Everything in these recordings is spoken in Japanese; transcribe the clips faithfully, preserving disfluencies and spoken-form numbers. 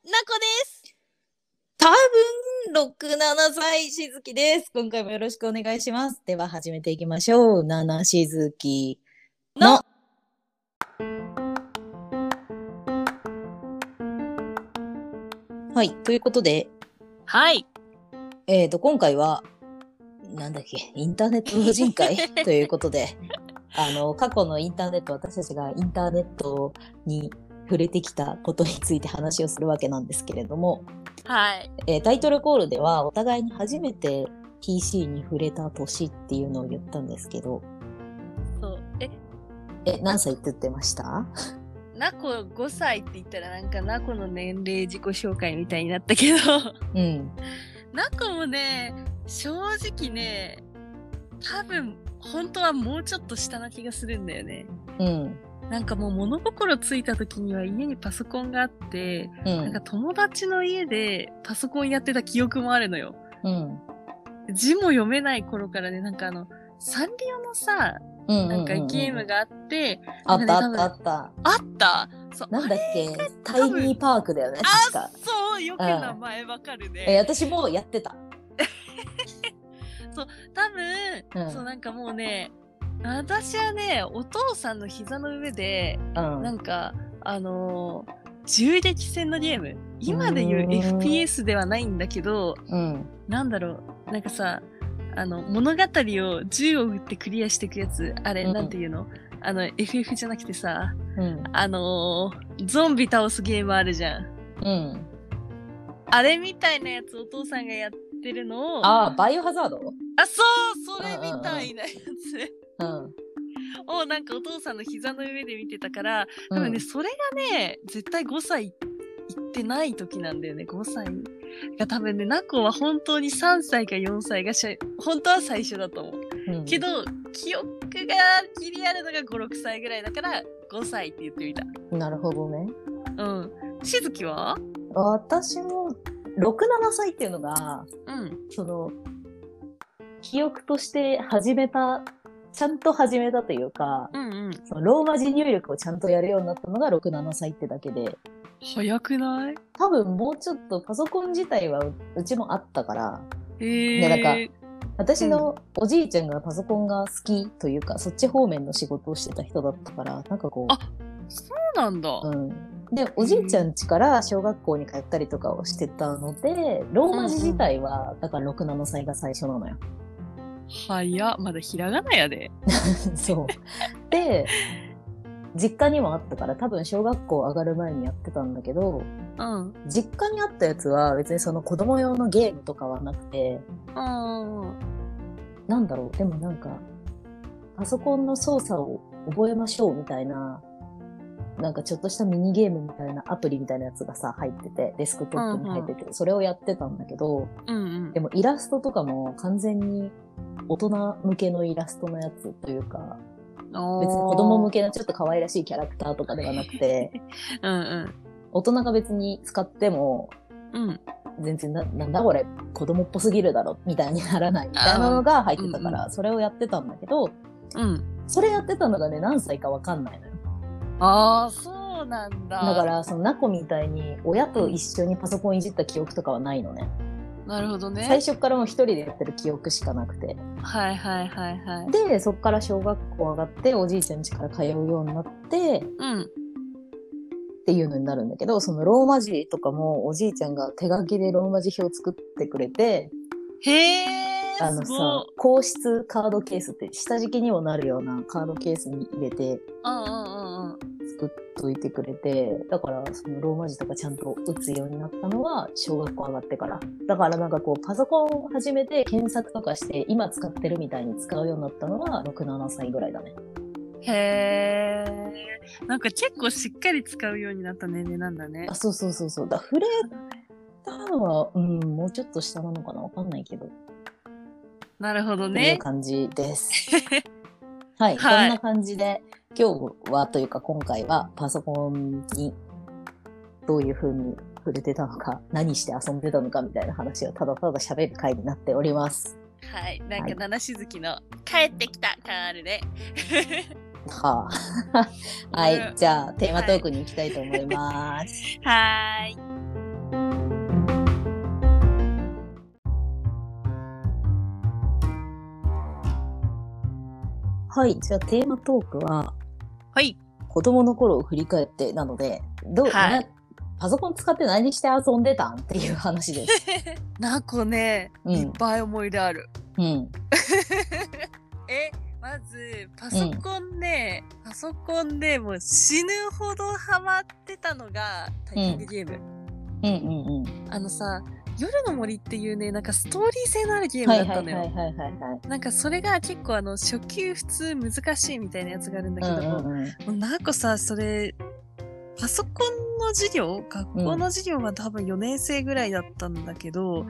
なこです。多分ろく、ななさいしずきです。今回もよろしくお願いします。では始めていきましょう。ななしずきの。 のはい、ということで、 はい。 えーと、今回は、なんだっけ、インターネット老人会ということで、あの、過去のインターネット、私たちがインターネットに触れてきたことについて話をするわけなんですけれども、 はい。 えータイトルコールではお互いに初めて ピーシー に触れた年っていうのを言ったんですけど、 そう。え、 え、何歳って言ってました？ なこごさいって言ったらなんかなこの年齢自己紹介みたいになったけど、 うん。 なこもね、正直ね、多分、本当はもうちょっと下な気がするんだよね。 うん。 なんかもう物心ついた時には家にパソコンがあって、 うなんかん。 友達の家でパソコンやってた記憶もあるのよ。 うん。 字も読めない頃からね、なんかあの、サンリオのさ、 うん。 なんかゲームがあって、なんかね、 あったあったあった。 あったそう、 なんだっけ、 あれタイニーパークだよね、確か。 あ、そう、よく名前わかるえ、 ね。 私もやってた。 そう、多分、 うん。 そう、なんかもうね、私はね、お父さんの膝の上で、 うん。 なんか、あのー銃撃戦のゲーム、今で言ううーんエフピーエス ではないんだけど、 うん。 なんだろう、なんかさ、あの、物語を銃を撃ってクリアしていくやつ、あれ、 うんなんていうのあの、エフエフ じゃなくてさ、 うん。 あのーゾンビ倒すゲームあるじゃん。 うん。 あれみたいなやつお父さんがやってるのを、 ああ、バイオハザード。 あ、そう、それみたいなやつうん。 をなんかお父さんの膝の上で見てたから、 うん。 多分ね、それがね、絶対ごさいいってない時なんだよね、ごさい。が多分ね、ナコは本当にさんさいかよんさいがしゃ、本当は最初だと思う。 うん、 けど、記憶が切りあるのがご、ろくさいぐらいだから、ごさいって言ってみた。 なるほどね。 うん。しずきは私もろく、ななさいっていうのが、 うん。 その、記憶として始めた、ちゃんと始めたというか、 うんうん。 そのローマ字入力をちゃんとやるようになったのがろく、ななさいってだけで、 早くない多分もうちょっとパソコン自体はううちもあったから、 へー。 ね、なんか、私のおじいちゃんがパソコンが好きというか、そっち方面の仕事をしてた人だったから、なんかこう、 あ、そうなんだ。 うん。で、おじいちゃん家から小学校に通ったりとかをしてたので、ローマ字自体は、だからろく、ななさいが最初なのよ。 早っ。まだひらがなやで。 そう。で、実家にもあったから、多分小学校上がる前にやってたんだけど、 うん。 実家にあったやつは別にその子供用のゲームとかはなくて、 うん。 なんだろう、でもなんか、パソコンの操作を覚えましょうみたいな、なんかちょっとしたミニゲームみたいなアプリみたいなやつがさ、入ってて、デスクトップに入ってて、それをやってたんだけど、 うんうん。 でもイラストとかも完全に大人向けのイラストのやつというか、別に子供向けのちょっと可愛らしいキャラクターとかではなくて、 うんうん。 大人が別に使っても、 うん。 全然な、なんだこれ、子供っぽすぎるだろ、みたいにならないみたいなのが入ってたから、 うんそれをやってたんだけど、 うん。 それやってたのがね、何歳かわかんないのよ。 ああ、そうなんだ。 だから、そのナコみたいに親と一緒にパソコンいじった記憶とかはないのね。 なるほどね。 最初からもう一人でやってる記憶しかなくて。 はいはいはいはい。 で、そっから小学校上がって、おじいちゃん家から通うようになって、 うん。 っていうのになるんだけど、そのローマ字とかもおじいちゃんが手書きでローマ字表作ってくれて、 へえ、 あのさ、硬質カードケースって下敷きにもなるようなカードケースに入れてうんうんうんうん。 作っといてくれて、だからそのローマ字とかちゃんと打つようになったのは小学校上がってから。だからなんかこうパソコンを始めて検索とかして今使ってるみたいに使うようになったのがろく、ななさいぐらいだね。 へえ。なんか結構しっかり使うようになった年齢なんだね。 あ、そうそうそうそう。だ触れたのは、うん、もうちょっと下なのかなわかんないけど。 なるほどっていうね。 感じです。はい、 はい。 こんな感じで今日はというか今回はパソコンにどういう風に触れてたのか、何して遊んでたのかみたいな話をただただ喋る回になっております。 はい。なんか七しずきの帰ってきたカールで。 はあ。はい、じゃあテーマトークに行きたいと思います。 はーい。 はい。じゃあテーマトークは、 はい。 子供の頃を振り返ってなので、どう、 はいなパソコン使って何して遊んでたんっていう話です。 なんかね、 うんいっぱい思い出ある。 うん。 え、まず、パソコンで、うん、パソコンでもう死ぬほどハマってたのが、タイピングゲーム。 うんうんうん。 あのさ、夜の森っていうね、なんかストーリー性のあるゲームだったのよ。 はいはいはいはいはい。 なんかそれが結構あの、初級普通難しいみたいなやつがあるんだけど、うんうんうん、もうなんかさ、それ、パソコンの授業学校の授業は多分よねん生ぐらいだったんだけど、うん、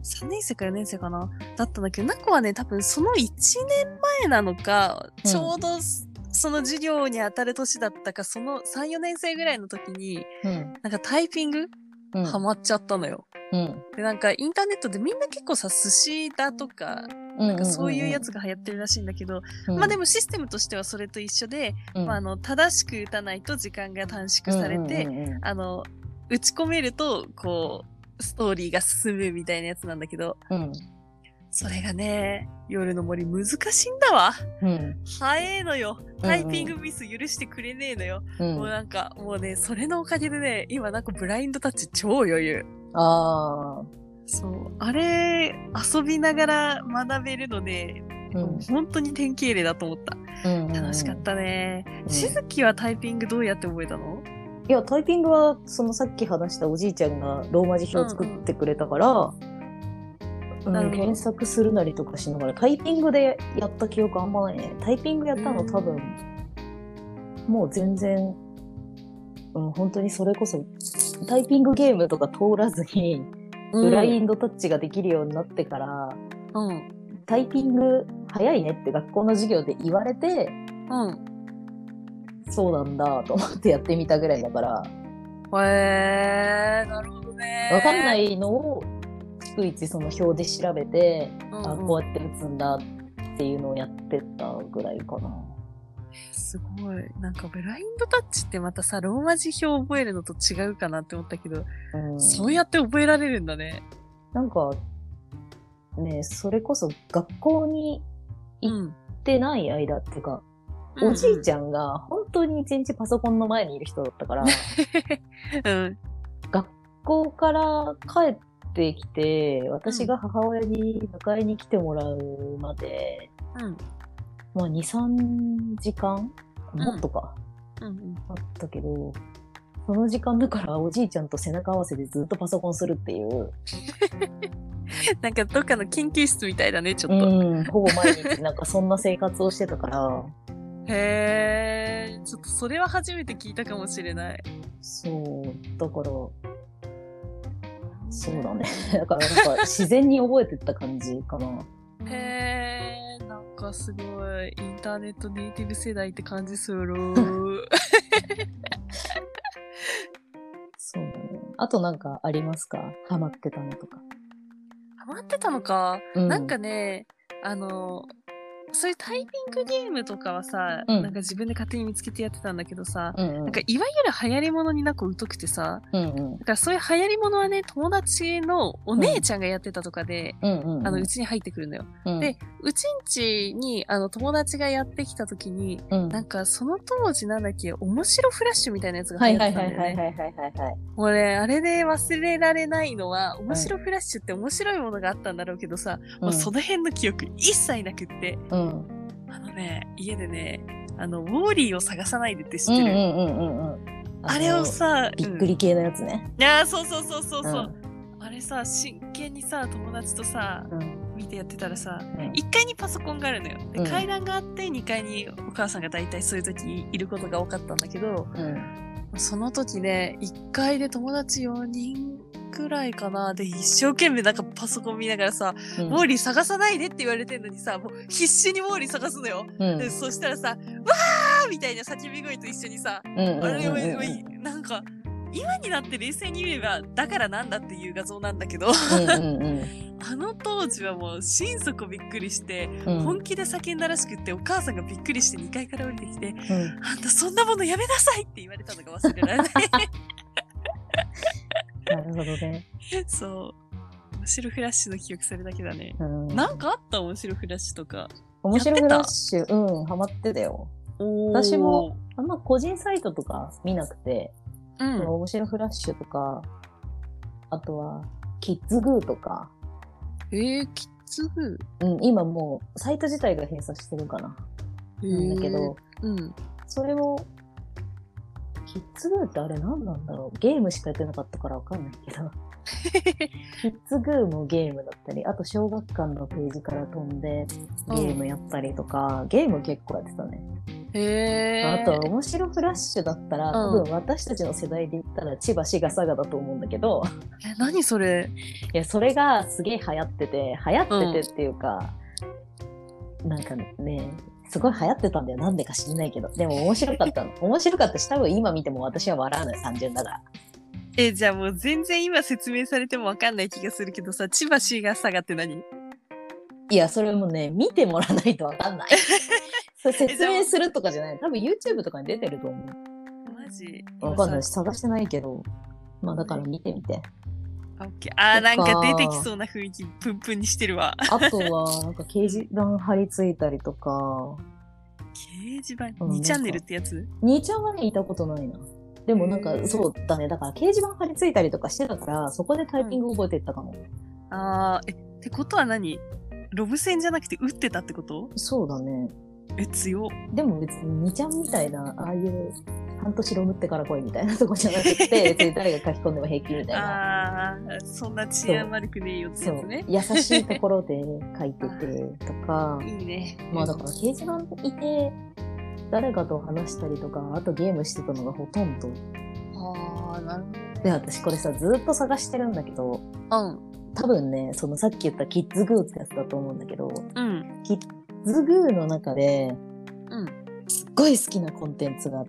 さんねん生かよねん生かなだったんだけど、ナコはね、多分そのいちねんまえなのか、ちょうどその授業に当たる年だったか、そのさん、よねん生ぐらいの時に、うん、なんかタイピング、うん、ハマっちゃったのよ。うん、で、なんかインターネットでみんな結構さ、寿司だとか、なんかそういうやつが流行ってるらしいんだけど、うん、まあでもシステムとしてはそれと一緒で、うん、まああの、正しく打たないと時間が短縮されて、あの、打ち込めると、こう、ストーリーが進むみたいなやつなんだけど、うん、それがね、夜の森難しいんだわ。うん、早えのよ。タイピングミス許してくれねえのよ。うん、もうなんか、もうね、それのおかげでね、今なんかブラインドタッチ超余裕。ああ。そう。あれ、遊びながら学べるので、うん、本当に典型例だと思った。うんうんうん、楽しかったね。うん、しずきはタイピングどうやって覚えたの？ いや、タイピングは、そのさっき話したおじいちゃんがローマ字表を作ってくれたから、うんうんうん、検索するなりとかしながら、タイピングでやった記憶あんまないね。タイピングやったの多分、うん、もう全然、うん、本当にそれこそ、タイピングゲームとか通らずに、ブラインドタッチができるようになってから、うん、タイピング早いねって学校の授業で言われて、うん、そうなんだと思ってやってみたぐらいだから。 へー、なるほどね。 わかんないのを逐一その表で調べて、うんうん、あ、こうやって打つんだっていうのをやってたぐらいかな。 すごい。なんかブラインドタッチってまたさ、ローマ字表覚えるのと違うかなって思ったけど、うん、そうやって覚えられるんだね。 なんか、ね、それこそ学校に行ってない間っていうか、うん、おじいちゃんが本当に一日パソコンの前にいる人だったから、うん、学校から帰ってきて、私が母親に迎えに来てもらうまで、うんまあ、に、さんじかんもっとか、うんうんうん、あったけど、その時間だからおじいちゃんと背中合わせでずっとパソコンするっていう。 なんかどっかの研究室みたいだね、ちょっと。 うん、ほぼ毎日なんかそんな生活をしてたから。 へー、ちょっとそれは初めて聞いたかもしれない。 そう、だから、そうだね。だからなんか自然に覚えてった感じかな。 へー、なんかすごい、インターネットネイティブ世代って感じする。 そうだね。あとなんかありますか？ハマってたのとか。 ハマってたのか、うん、なんかね、あの、そういうタイピングゲームとかはさ、うん、なんか自分で勝手に見つけてやってたんだけどさ、うんうん、なんかいわゆる流行り物になんか疎くてさ、うんうん、だからそういう流行り物はね、友達のお姉ちゃんがやってたとかで、うん、あの、うちに入ってくるのよ。うん、で、うちんちに、あの、友達がやってきた時に、うん、なんかその当時なんだっけ、面白フラッシュみたいなやつが流行ってたんだよね。はいはいはいはいはいはい。もうね、あれで忘れられないのは、面白フラッシュって面白いものがあったんだろうけどさ、うん、もうその辺の記憶一切なくって、うんうん、あのね、家でね、あの、ウォーリーを探さないでって知ってる？うんうんうんうん。あ, あれをさ、 びっくり系のやつね。 いやー、そうそうそうそうそう、うん。あれさ、真剣にさ、友達とさ、うん、見てやってたらさ、うん、いっかいにパソコンがあるのよ。で、うん、階段があってにかいにお母さんがだいたいそういう時にいることが多かったんだけど、うん、その時ね、いっかいで友達よにんくらいかな。で、一生懸命なんかパソコン見ながらさ、うん、ウォーリー探さないでって言われてんのにさ、もう必死にウォーリー探すのよ。うん、で、そしたらさ、わーみたいな叫び声と一緒にさ、うんうんうんうん、あれ、なんか、今になって冷静に見れば、だからなんだっていう画像なんだけど、うんうんうん、あの当時はもう心底びっくりして、うん、本気で叫んだらしくって、お母さんがびっくりしてにかいから降りてきて、うん、あんたそんなものやめなさいって言われたのが忘れられない。 なるほどね。 そう。面白フラッシュの記憶それだけだね。うん、なんかあった面白フラッシュとか。 面白フラッシュ、うん、ハマってたよ。私も、あんま個人サイトとか見なくて、うん、面白フラッシュとか、あとは、キッズグーとか。 えー、キッズグーうん、今もう、サイト自体が閉鎖してるかな。なんだけど、うん、それを、キッズグーってあれ何なんだろう、ゲームしかやってなかったからわかんないけど。キッズグーもゲームだったり、あと小学館のページから飛んでゲームやったりとか、うん、ゲーム結構やってたね。 へー。 あとは面白フラッシュだったら、多分私たちの世代で言ったら千葉しがさがだと思うんだけど。 え、何それ？ いや、それがすげえ流行ってて、流行っててっていうか、うん、なんかね、すごい流行ってたんだよ。なんでか知んないけど。でも面白かったの。面白かったし、多分今見ても私は笑うのよ、単純だから。 え、じゃあもう全然今説明されてもわかんない気がするけどさ、千葉シーガーサガって何？ いや、それもね、見てもらわないとわかんない。それ説明するとかじゃない。多分 YouTube とかに出てると思う。 マジ？ わかんないし、探してないけど。まあだから見てみて。 オッケー。あー、なんか出てきそうな雰囲気プンプンにしてるわ。 あとは、なんか掲示板貼り付いたりとか。 掲示板、うん、にチャンネルってやつ？ に チャンはね、いたことないな。でもなんか、そうだね。だから掲示板貼り付いたりとかしてたから、そこでタイピング覚えていったかも。 うん、あー、え、ってことは何？ロブ戦じゃなくて打ってたってこと？ そうだね。 え、強。 でも別ににちゃんみたいな、ああいう半年ロムってから来いみたいなとこじゃなくて、別に誰が書き込んでも平気みたいな。 ああ、そんな治安悪くねえよってやつね。 優しいところで書いててとか。 いいね。 まあだから掲示板いて、誰かと話したりとか、あとゲームしてたのがほとんど。 ああ、なるほど。 で、私これさ、ずっと探してるんだけど、 うん。 多分ね、そのさっき言ったキッズグーってやつだと思うんだけど、 うん。 キッズグーの中で、 うん。 すっごい好きなコンテンツがあって、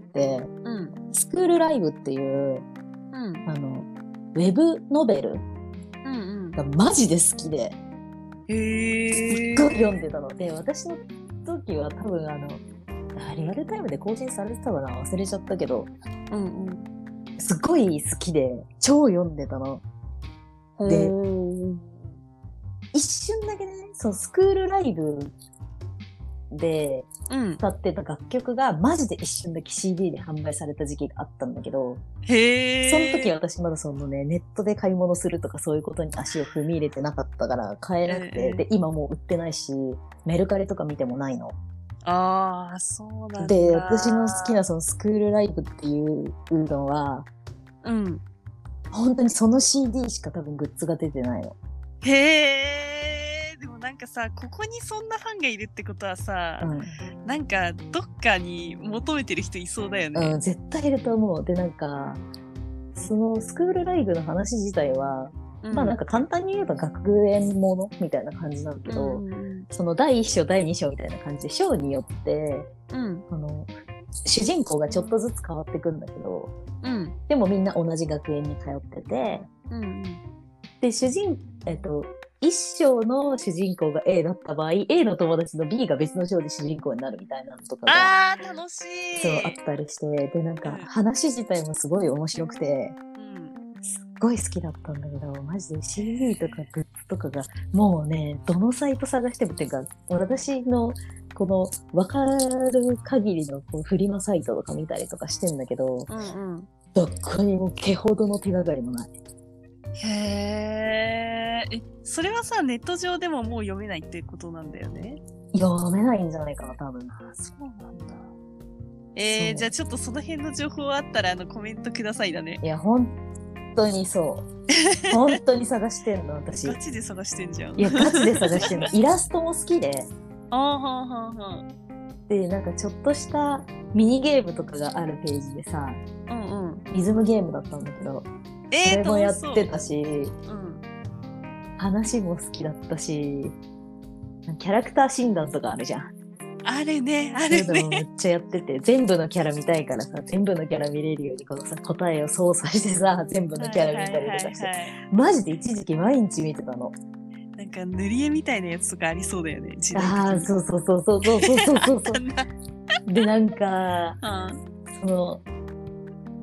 うん。 スクールライブっていう、 うん。 あの、ウェブノベルがマジで好きで、 へー。 すっごい読んでたので、私の時は多分あの、リアルタイムで更新されてたかな、忘れちゃったけど、 うんうん。 すっごい好きで、超読んでたの。で、一瞬だけね、そのスクールライブで使ってた楽曲が、マジで一瞬だけ シーディー で販売された時期があったんだけど、 へー。 その時私まだそのね、ネットで買い物するとかそういうことに足を踏み入れてなかったから買えなくて、で、今もう売ってないし、メルカリとか見てもないの。 ああ、そうなんだ。 で、私の好きなそのスクールライブっていうのは、 うん。 本当にその シーディー しか多分グッズが出てないの。 へえ。でもなんかさ、ここにそんなファンがいるってことはさ、うん、なんかどっかに求めてる人いそうだよね。 うん、絶対いると思う。で、なんか、そのスクールライブの話自体は、うん、まあなんか簡単に言えば学園ものみたいな感じなんだけど、うん、そのだいいっ章だいに章みたいな感じで章によって、うん、あの主人公がちょっとずつ変わってくんだけど、うん、でもみんな同じ学園に通ってて、うん、で主人えっと一章の主人公が A だった場合、A の友達の B が別の章で主人公になるみたいなのとかが、 あー楽しい。 そうあったりして、でなんか話自体もすごい面白くて。すっごい好きだったんだけど、マジで シーディー とかグッズとかがもうね、どのサイト探してもっていうか、私のこの分かる限りのこうフリマサイトとか見たりとかしてんだけど、うんうん、どこにも毛ほどの手がかりもない。 へー。え、それはさ、ネット上でももう読めないってことなんだよね。 読めないんじゃないかな、多分。 あ、そうなんだ。えー、じゃあちょっとその辺の情報あったらあのコメントくださいだね。 いや、ほん本当にそう本当に探してんの私。 ガチで探してんじゃん。 いやガチで探してんの。イラストも好きで、 あーはーはーはーでなんかちょっとしたミニゲームとかがあるページでさ、 うんうん、 リズムゲームだったんだけど、 えー、 それもやってたし、 うん、 話も好きだったし、キャラクター診断とかあるじゃん。 あれね、あれね。 めっちゃやってて、全部のキャラ見たいからさ、全部のキャラ見れるようにこのさ、答えを操作してさ、全部のキャラ見たりとかして、はいはいはいはい、マジで一時期毎日見てたの。 なんか塗り絵みたいなやつとかありそうだよね、時代的に。 ああ、そうそうそうそうそうそうそうそう。で、なんか、うん、その、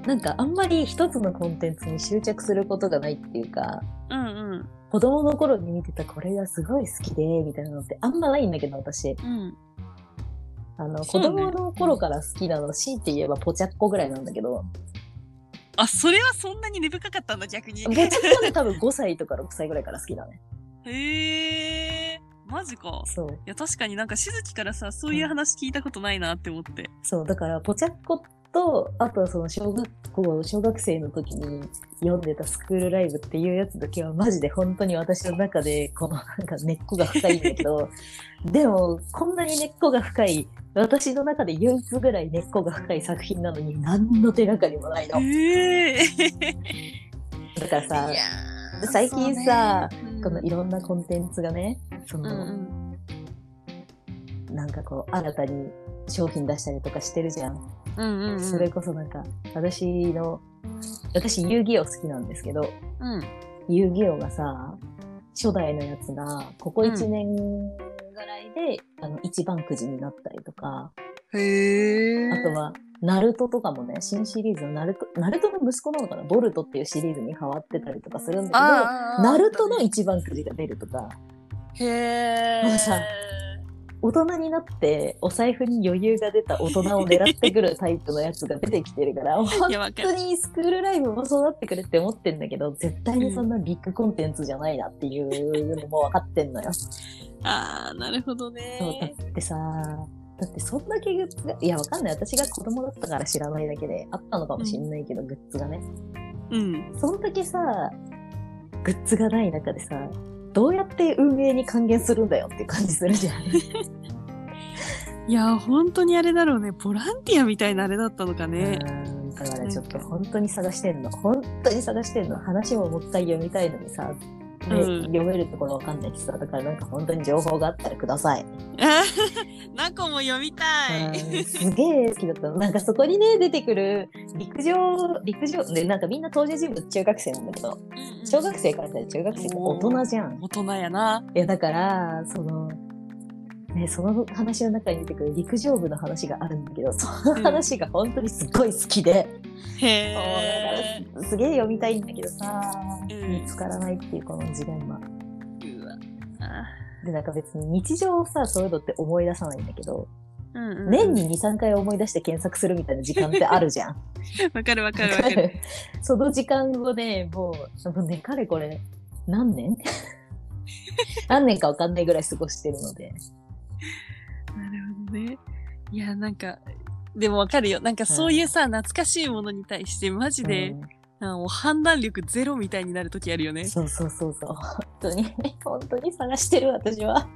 なんかあんまり一つのコンテンツに執着することがないっていうか、 うんうん。 子供の頃に見てたこれがすごい好きで、みたいなのってあんまないんだけど、私。 うん。 あの、子そうね供の頃から好きなの、強いて言えばポチャッコぐらいなんだけど、 あ、それはそんなに根深かったんだ、逆に。 ポチャッコで多分ごさいとかろくさいぐらいから好きだね。 へえ、マジか。 そう。 いや、確かになんかしずきからさ、そういう話聞いたことないなって思って。 そう、だからポチャッコと、あとはその小学校、小学生の時に読んでたスクールライブっていうやつだけはマジで本当に私の中でこのなんか根っこが深いんだけど、でもこんなに根っこが深い、私の中で唯一ぐらい根っこが深い作品なのに何の手がかりもないの。 へえ。 だからさ、最近さ、ね、このいろんなコンテンツがね、その、うんうん、なんかこう新たに商品出したりとかしてるじゃん。うんうんうん、それこそなんか私の私遊戯王好きなんですけど、うん、遊戯王がさ初代のやつがここいちねんぐらいで、うん、あの一番くじになったりとか、 へー、 あとはナルトとかもね、新シリーズのナルト、ナルトの息子なのかな、ボルトっていうシリーズに変わってたりとかするんだけど、ナルトの一番くじが出るとか、 へー、 もうさ、大人になってお財布に余裕が出た大人を狙ってくるタイプのやつが出てきてるから本当にスクールライブもそうなってくれって思ってんだけど、絶対にそんなビッグコンテンツじゃないなっていうのも分かってんのよ。 あー、なるほどね。 そうだってさ、だってそんだけグッズが、いやわかんない、私が子供だったから知らないだけであったのかもしれないけど、うん、グッズがね、うん、そんだけさグッズがない中でさ、どうやって運営に還元するんだよって感じするじゃん。 いや本当にあれだろうね、ボランティアみたいなあれだったのかね。 うん、だからちょっと本当に探してんの、本当に探してんの。話ももう一回読みたいのにさ、ね、うん、読めるところわかんないしさ、だからなんか本当に情報があったらください。 ナコも読みたい。 すげえ好きだったの。なんかそこにね出てくる陸上陸上で、なんかみんな登場人物中学生なんだけど、うんうん、小学生からしたら中学生って大人じゃん。 大人やな。 いやだからそのね、その話の中に出てくる陸上部の話があるんだけど、その話が本当にすごい好きで、うん、へー、すげえ読みたいんだけどさ、うん、見つからないっていうこのジレンマ。うわで、なんか別に日常をさ、そういうのって思い出さないんだけど、うんうんうん、年にに、さんかい思い出して検索するみたいな時間ってあるじゃん。 わかるわかるわかる。 その時間をね、もう、もうね、かれこれ、何年何年かわかんないぐらい過ごしてるので。 なるほどね。いや、なんか、でもわかるよ。なんかそういうさ、うん、懐かしいものに対して、マジで、うん、もう判断力ゼロみたいになるときあるよね。 そうそうそうそう。本当に、本当に探してる、私は。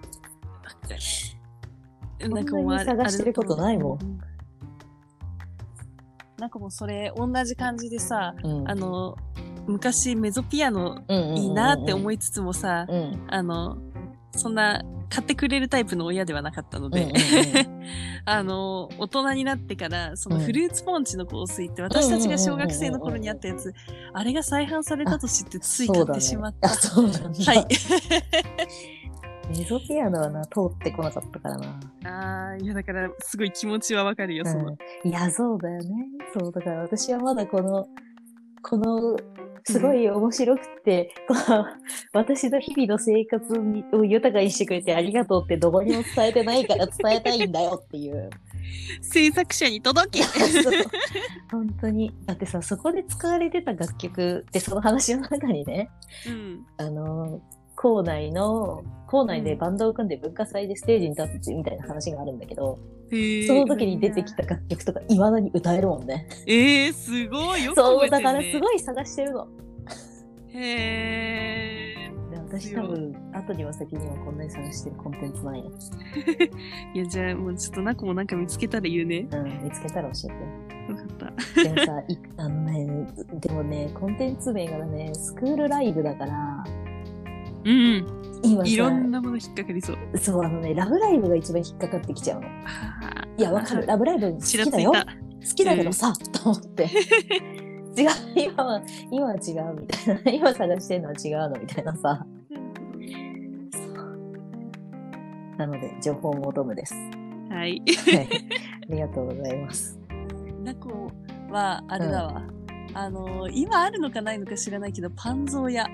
なんかもう探してることないもん。 なんかもうそれ、同じ感じでさ、うん、あの、昔メゾピアノいいなって思いつつもさ、うん、あの、そんな買ってくれるタイプの親ではなかったので、うんうんうん、あの、大人になってから、そのフルーツポンチの香水って私たちが小学生の頃にあったやつ、あれが再販されたと知ってつい買ってしまった。 あ、そうなんだ。 はい。 メゾピアノはな、通ってこなかったからな。 ああ、いやだから、すごい気持ちはわかるよ、その、 うん。いや、そうだよね。そう、だから私はまだこの、この、すごい面白くて、うん、この私の日々の生活を豊かにしてくれてありがとうってどこにも伝えてないから伝えたいんだよっていう。 制作者に届け。 そう本当に。だってさ、そこで使われてた楽曲ってその話の中にね、うん、あの、校内の、校内でバンドを組んで文化祭でステージに立つみたいな話があるんだけど、その時に出てきた楽曲とか未だに歌えるもんね。 えー、すごいよく覚えてるね。 そう、だからすごい探してるの。 へー。私多分、後には先にはこんなに探してるコンテンツないよ。 いや、じゃあもうちょっとナコもなんか見つけたら言うね。 うん、見つけたら教えて。わかった。 でもさ、いあのね、でもね、コンテンツ名がね、スクールライブだから、 うん、今いろんなもの引っかかりそう。 そう、あのね、ラブライブが一番引っかかってきちゃうの。いや、わかる。ラブライブ好きだよ。好きだけどさ、うん、と思って。違う、今は、今は違うみたいな。今探してるのは違うのみたいなさ。なので、情報を求むです。 はい。 はい。ありがとうございます。 ナコは、あれだわ。 あのー、今あるのかないのか知らないけど、パンゾー屋。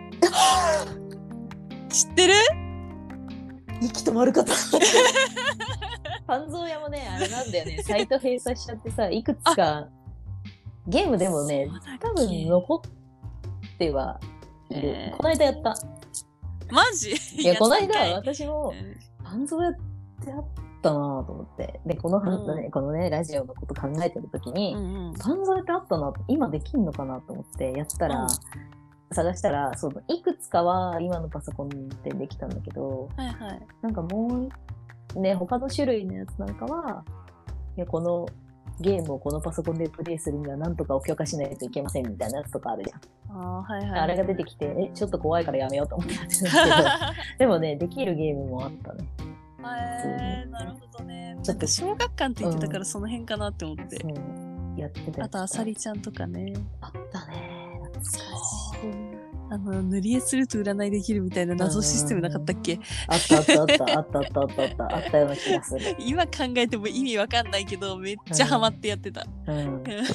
知ってる？ 息止まるかと。パンゾー屋もね、あれなんだよね。サイト閉鎖しちゃってさ、いくつか、ゲームでもね、多分残ってはいる。えー、この間やった。 マジ？ いや、この間私も、パンゾー屋ってあったなぁと思って。で、この、うん、このね、ラジオのこと考えてるときに、うんうん、パンゾー屋ってあったなぁ、今できんのかなと思ってやったら、うん、探したら、そう、いくつかは今のパソコンでできたんだけど、 はいはい、 なんかもう、ね、他の種類のやつなんかは、いや、このゲームをこのパソコンでプレイするには何とかを許可しないといけませんみたいなやつとかあるじゃん。 あ、はいはいはい、 あれが出てきて、え、ちょっと怖いからやめようと思ってやってるんですけど、でもね、できるゲームもあったね。 へー、なるほどね。ちょっと小学館って言ってたからその辺かなって思って。 うん、そうやってた。 あと、あさりちゃんとかね。 あったね。懐かしい。 あの、塗り絵すると占いできるみたいな謎システムなかったっけ？ あったあったあったあったあったあったあったあったような気がする。 今考えても意味わかんないけど、めっちゃハマってやってた。うん。うん、懐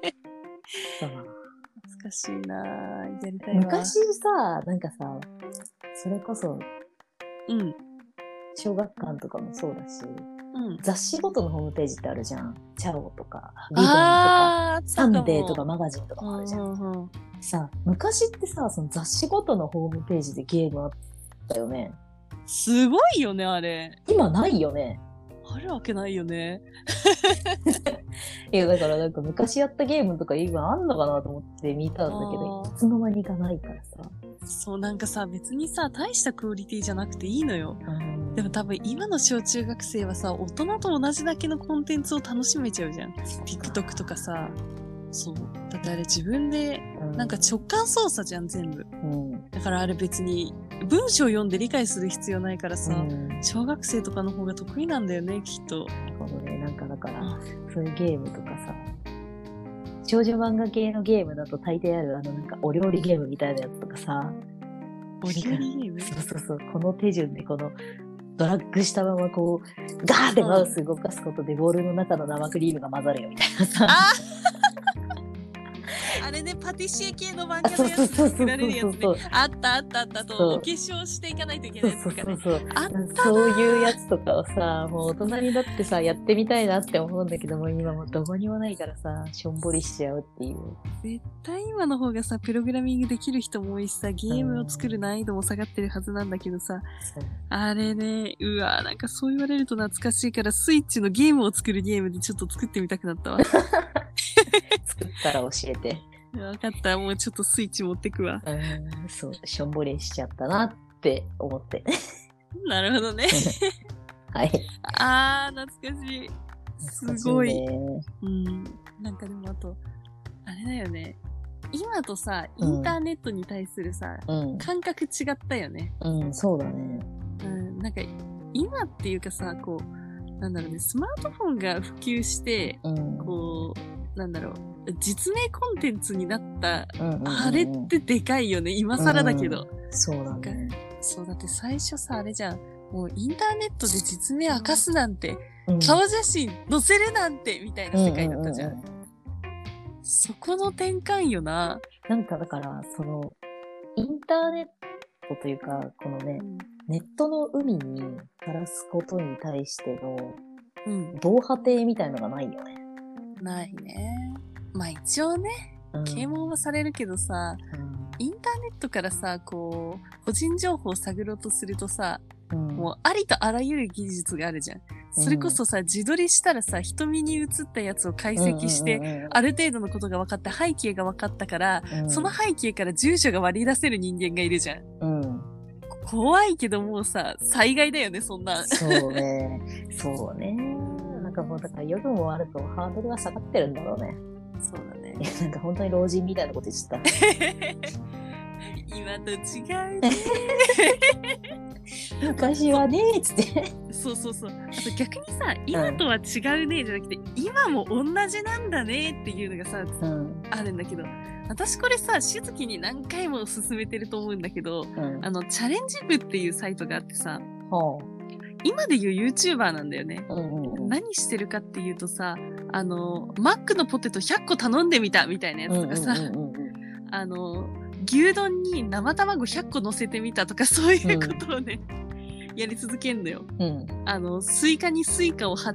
かしいなぁ。やりたいわ。 昔さ、なんかさ、それこそ、 うん。 小学館とかもそうだし、 うん、 雑誌ごとのホームページってあるじゃん。チャオとか、リボンとか、サンデーとかマガジンとかもあるじゃん。うんうんうん、さ、昔ってさ、その雑誌ごとのホームページでゲームあったよね。 すごいよね、あれ。 今ないよね。 あるわけないよね。 いや、だからなんか昔やったゲームとか今あんのかなと思って見たんだけど、いつの間にかないからさ。 そう、なんかさ、別にさ、大したクオリティじゃなくていいのよ。でも多分今の小中学生はさ、大人と同じだけのコンテンツを楽しめちゃうじゃん。TikTok とかさ。そう。だってあれ自分で、なんか直感操作じゃん、全部。うん、だからあれ別に文章読んで理解する必要ないからさ、うん、小学生とかの方が得意なんだよね、きっと。 このね、なんかだから、そういうゲームとかさ、少女漫画系のゲームだと大抵あるあのなんかお料理ゲームみたいなやつとかさ、 お料理ゲーム？ そうそうそう、この手順でこのドラッグしたままこうガーってマウス動かすことでボウルの中の生クリームが混ざるよみたいなさ。 ああれね、パティシエ系の漫画のやつで作られるやつね。あったあったあったと、お化粧していかないといけないやつとかね。そうそうそう。あったな。 そういうやつとかをさ、もう大人になってさ、やってみたいなって思うんだけども、今もうどこにもないからさ、しょんぼりしちゃうっていう。 絶対今の方がさ、プログラミングできる人も多いしさ、ゲームを作る難易度も下がってるはずなんだけどさ、うん、あれね、うわ、なんかそう言われると懐かしいから、スイッチのゲームを作るゲームでちょっと作ってみたくなったわ。 作ったら教えて。 分かった。もうちょっとスイッチ持ってくわ。 うん、そう、しょんぼりしちゃったなって思って。 なるほどね。 はい。 あー、懐かしい。すごい。うん。なんかでもあと、あれだよね。今とさ、インターネットに対するさ、うん、感覚違ったよね。 うん、そうだね。 うん、なんか、今っていうかさ、こう、なんだろうね、スマートフォンが普及して、うん、こう、なんだろう、実名コンテンツになった、うんうんうん、あれってでかいよね。今更だけど。 うん、そうだね。 そう、だって最初さ、あれじゃん。もうインターネットで実名明かすなんて、うん、顔写真載せるなんて、みたいな世界だったじゃん。うんうんうんうん、そこの転換よな。 なんかだから、その、インターネットというか、このね、うん、ネットの海にさらすことに対しての、うん、防波堤みたいのがないよね。 ないね。まあ一応ね、うん、啓蒙はされるけどさ、うん、インターネットからさ、こう、個人情報を探ろうとするとさ、うん、もうありとあらゆる技術があるじゃん。それこそさ、自撮りしたらさ、瞳に映ったやつを解析して、うんうんうんうん、ある程度のことが分かって背景が分かったから、うん、その背景から住所が割り出せる人間がいるじゃん。うん、怖いけどもうさ、災害だよね、そんな。 そうね。そうね。なんかもうだから夜もあるとハードルは下がってるんだろうね。 そうだね。 なんか本当に老人みたいなこと言っちゃった。 今と違うね。 昔はねーつって。 そうそうそう。あと逆にさ、今とは違うねじゃなくて、うん、今も同じなんだねっていうのがさ、うん、あるんだけど、私これさ、しずきに何回も勧めてると思うんだけど、うん、あの、チャレンジ部っていうサイトがあってさ、はあ、 今で言う YouTuber なんだよね。 うんうんうん、 何してるかっていうとさ、あの、マックのポテトひゃっこ頼んでみたみたいなやつとかさ、 うんうんうんうん、 あの、牛丼に生卵ひゃっこ乗せてみたとか、そういうことをね、うん、やり続けんのよ。 うん、あの、スイカにスイカを貼って、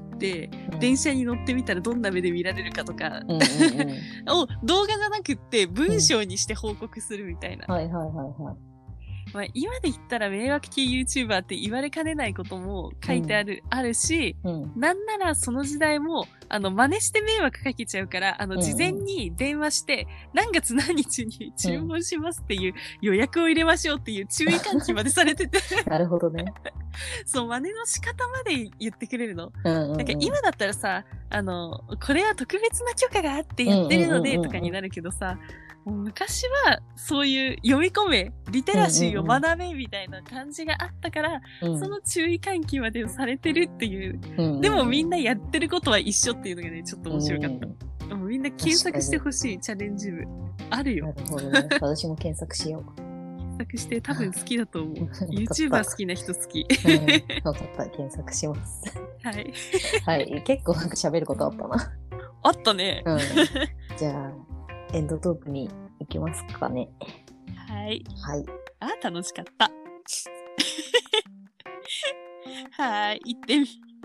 うん、電車に乗ってみたらどんな目で見られるかとか、うんうんうん、を動画じゃなくって文章にして報告するみたいな。 うん、はいはいはいはい。 まあ、今で言ったら迷惑系 YouTuber って言われかねないことも書いてある、うん、あるし、うん、なんならその時代も、あの、真似して迷惑かけちゃうから、あの、事前に電話して、うん、何月何日に注文しますっていう予約を入れましょうっていう注意喚起までされてて。 なるほどね。 そう、真似の仕方まで言ってくれるの。 うんうんうん、 なんか今だったらさ、あの、これは特別な許可があってやってるので、とかになるけどさ、もう昔はそういう読み込め、リテラシーを学べみたいな感じがあったから、うんうんうん、その注意喚起までされてるっていう、うんうんうん。でもみんなやってることは一緒っていうのがね、ちょっと面白かった。うん、もうみんな検索してほしいチャレンジ部。あるよ。 なるほどね。私も検索しよう。 検索して多分好きだと思う。YouTuber 好きな人好き。 うん、分かった。検索します。 はい。 はい。結構なんか喋ることあったな。 あったね。 うん、じゃあ、エンドトークに行きますかね。 はい。 はい。 あ、楽しかった。はい、行ってみます。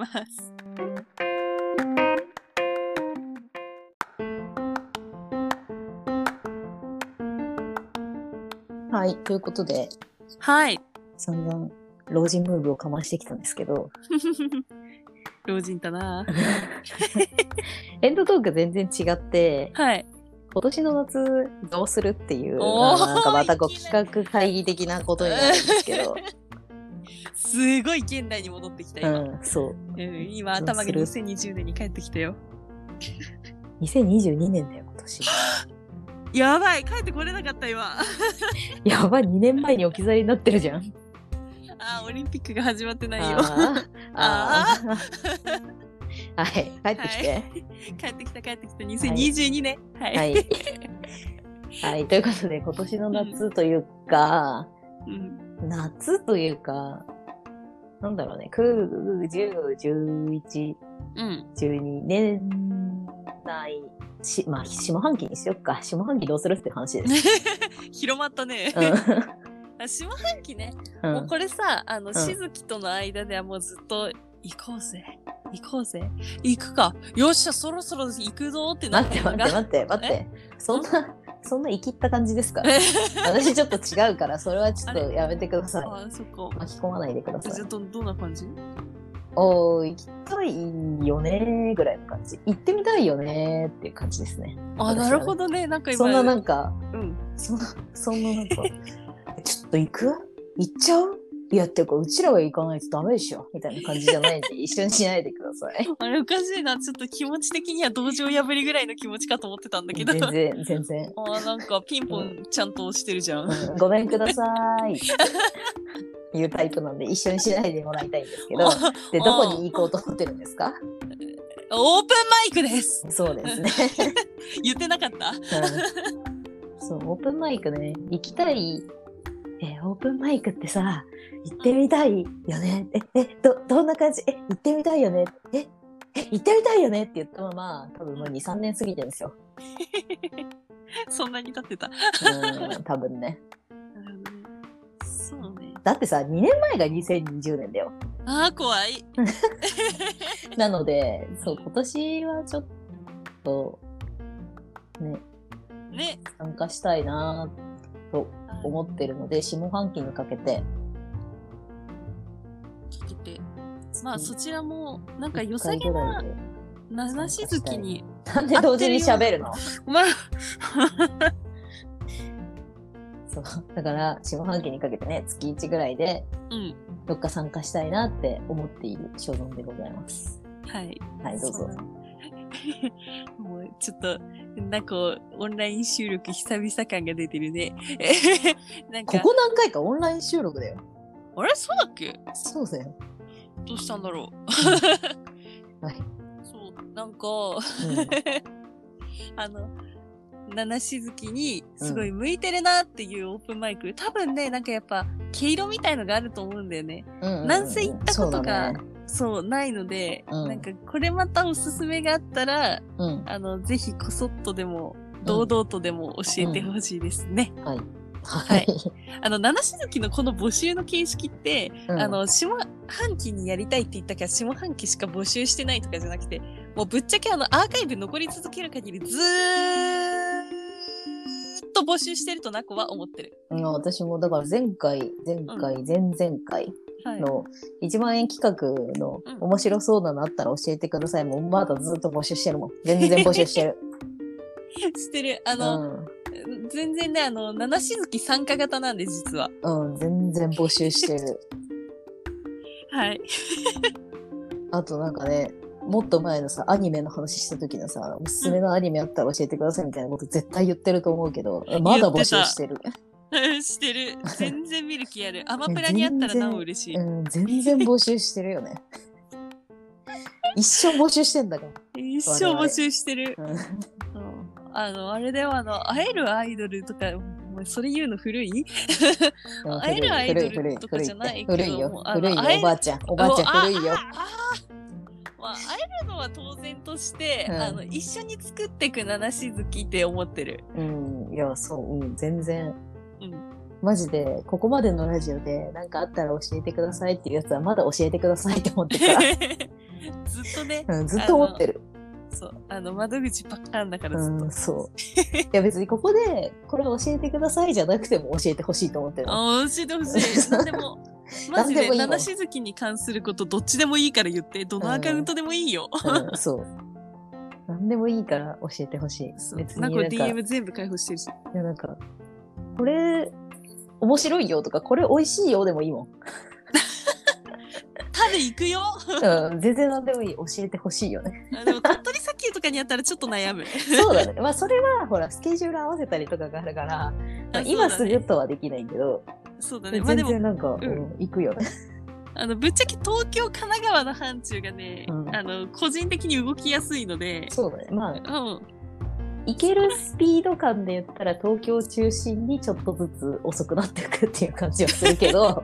はい、ということで、 はい。 散々老人ムーブをかましてきたんですけど。 老人だな。 エンドトーク全然違って、 はい。 今年の夏どうするっていう、なんかまたこう企画会議的なことになるんですけど。 すごい現代に戻ってきた今。 うん、そう。 うん、今頭がにせんにじゅうねんに帰ってきたよ。 にせんにじゅうにねんだよ、今年。 やばい、帰ってこれなかった今。 やばい、にねんまえに置き去りになってるじゃん。 あー、オリンピックが始まってないよ。 ああ。はい、帰ってきて、はい。 帰ってきた、帰ってきた。にせんにじゅうにねん。はい。 はい。はいはい、ということで、今年の夏というか、 うん、 夏というか、なんだろうね、きゅう、じゅう、じゅういち、 うん、 じゅうにねん内、し、まあ、下半期にしよっか。下半期どうするって話です。 広まったね。うん、下半期ね、うん。もうこれさ、あの、しずきとの間ではもうずっと、行こうぜ。行こうぜ。行くか。よっしゃ、そろそろ行くぞってなって待って待って待って待って。そんな、そんな生きった感じですか？私ちょっと違うから、それはちょっとやめてください。 あ、そっか。 巻き込まないでください。 じゃあど、どんな感じ？ おー、行きたいよねーぐらいの感じ。行ってみたいよねーっていう感じですね。 あ、なるほどね。なんか今。 そんななんか、 うん。 そんな、そんななんか、ちょっと行く？行っちゃう？いや、っていうか、うちらが行かないとダメでしょみたいな感じじゃないんで、一緒にしないでください。 あれ、おかしいな。ちょっと気持ち的には同情破りぐらいの気持ちかと思ってたんだけど。 全然、全然。 あ、なんかピンポンちゃんと押してるじゃん。 うん、ごめんください。いうタイプなんで、一緒にしないでもらいたいんですけど。で、どこに行こうと思ってるんですか？ オープンマイクです。 そうですね。 言ってなかった、うん、 そう、オープンマイクね、行きたい。えー、オープンマイクってさ、行ってみたいよね。え、え、ど、どんな感じ？え、行ってみたいよね。え、え、行ってみたいよねって言ったまま、多分もうに、さんねん過ぎてるんですよ。 そんなに経ってた。 うん、多分ね。 そうね。 だってさ、にねんまえがにせんにじゅうねんだよ。 ああ、怖い。 なので、そう、今年はちょっと、ね、 ね、 参加したいなと思ってるので、下半期にかけて。 かけて。まあ、そちらも、なんか良さげな、七しずきに。 なんで同時に喋るの？ まあ、 そう。だから、下半期にかけてね、月いちぐらいで、うん。どっか参加したいなって思っている所存でございます。 はい。 はい、どうぞ。 もう、ちょっと、なんか、オンライン収録久々感が出てるね。 なんかここ何回かオンライン収録だよ。 あれそうだっけ？ そうだよ。 どうしたんだろう。 はい。 そう、なんか、うん、あの、 七しずきにすごい向いてるなっていうオープンマイク、うん、多分ねなんかやっぱ毛色みたいのがあると思うんだよね、うんうんうん、なんせ行ったことがそう、ね、そうないので、うん、なんかこれまたおすすめがあったら、うん、あのぜひこそっとでも堂々とでも教えてほしいですね、うんうん、はいはい。あの、七しずきのこの募集の形式って、うん、あの、下半期にやりたいって言ったから、下半期しか募集してないとかじゃなくて、もうぶっちゃけあの、アーカイブ残り続ける限り、ずーっと募集してるとナコは思ってる。 うん、私も、だから前回、前回、うん、前々回のいちまんえん企画の面白そうなのあったら教えてください。もうまだずっと募集してるもん。全然募集してる。 してる。あの、うん全然ね、あの、七しずき参加型なんで、実は。 うん、全然募集してる。 はい。 あとなんかね、もっと前のさ、アニメの話した時のさ、おすすめのアニメあったら教えてくださいみたいなこと絶対言ってると思うけど、まだ募集してる。 してる。全然見る気ある。アマプラにあったらなお嬉しい。 うん、全然募集してるよね。一生募集してんだから。 一生募集してる。うんあの、あれではあの、会えるアイドルとか、もうそれ言うの古い会えるアイドルとかじゃないけど、 古いよ。古いよ、おばあちゃん。おばあちゃん古いよ。 まあ、会えるのは当然として、うん、あの、一緒に作っていく七しずきって思ってる。 うん、いや、そう、うん、全然。うん。マジで、ここまでのラジオで何かあったら教えてくださいっていうやつはまだ教えてくださいって思ってるから。 ずっとね。 うん、ずっと思ってる。 そう。あの、窓口パッカーンだからずっと。 うん、そう。いや別にここで、これ教えてくださいじゃなくても教えてほしいと思ってる。 ああ、教えてほしい。なんでも。マジで、七しずきに関することどっちでもいいから言って、どのアカウントでもいいよ。 うんうん、そう。なんでもいいから教えてほしい。 別になんか。なんか ディーエム 全部開放してるし。いや、なんか、これ、面白いよとか、これ美味しいよでもいいもん。 歯で行くよ、 うん、全然何でもいい。教えてほしいよね。 あでも鳥取砂丘とかにあったらちょっと悩む。 そうだね。まあそれはほらスケジュール合わせたりとかがあるから、まあ、今すぐとはできないけど、 そうだね。 全然なんか、まあ、でも、うん、行くよね。 あのぶっちゃけ東京神奈川の範疇がね、うん、あの個人的に動きやすいので。 そうだね。まあ。うん。行けるスピード感で言ったら東京中心にちょっとずつ遅くなっていくっていう感じはするけど。 はい。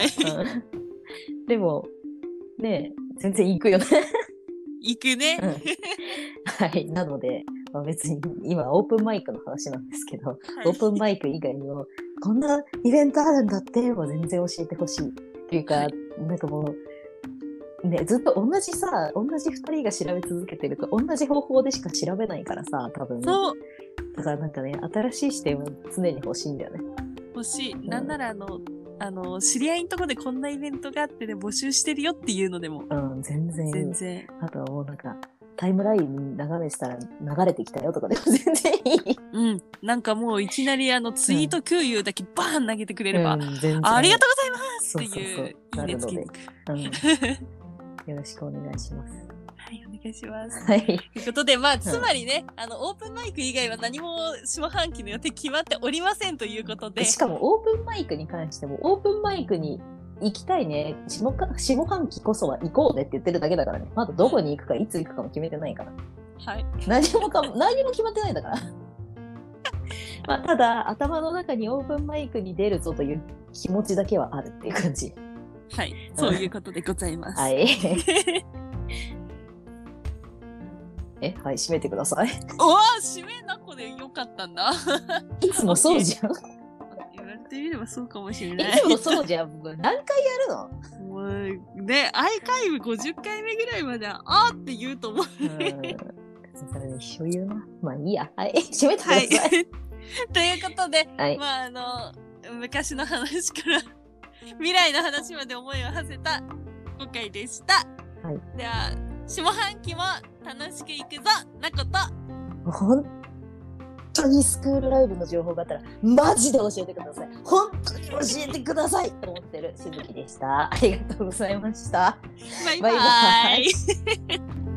うんでも、ねえ、全然行くよね。 行くね。 うん、はい。なので、まあ、別に今オープンマイクの話なんですけど、はい、オープンマイク以外にも、こんなイベントあるんだっても全然教えてほしい。っていうか、はい、なんかもう、ね、ずっと同じさ、同じ二人が調べ続けてると、同じ方法でしか調べないからさ、多分。 そう。 だからなんかね、新しい視点は常に欲しいんだよね。 欲しい。うん、なんならあの、あの、知り合いのとこでこんなイベントがあってね、募集してるよっていうのでも。 うん、全然。 全然。 あとはもうなんか、タイムライン眺めてたら流れてきたよとかでも全然いい。 うん。なんかもういきなりあの、ツイート空輸だけバーン投げてくれれば、うん、 全然ありがとうございますっていう、 そうそうそういいねつけていく。 うん、よろしくお願いします。 はい、お願いします。 はい。 ということで、まあ、つまりね、うん、あの、オープンマイク以外は何も下半期の予定決まっておりませんということで。 しかも、オープンマイクに関しても、オープンマイクに行きたいね、下か下半期こそは行こうねって言ってるだけだからね。まだどこに行くか、いつ行くかも決めてないから。 はい。 何もかも、何も決まってないんだから。まあ、ただ、頭の中にオープンマイクに出るぞという気持ちだけはあるっていう感じ。 はい。そういうことでございます。 はい。え、はい、閉めてください。 おわ閉めなこでよかったんだ。 いつもそうじゃん。 言われてみればそうかもしれない。 いつもそうじゃん。僕何回やるのもう、ね、アイカイブごじゅっかいめぐらいまで、あーって言うと思う。 うん。それ一緒言うな。まあいいや。はい。閉めてください。はい、 ということで、 はい、 まああの、昔の話から未来の話まで思いを馳せた今回でした。 はい。 では、下半期も楽しくいくぞ、なこと。 本当にスクールライブの情報があったら、マジで教えてください。本当に教えてくださいと思ってるしずきでした。ありがとうございました。 バイバイ。バイバイ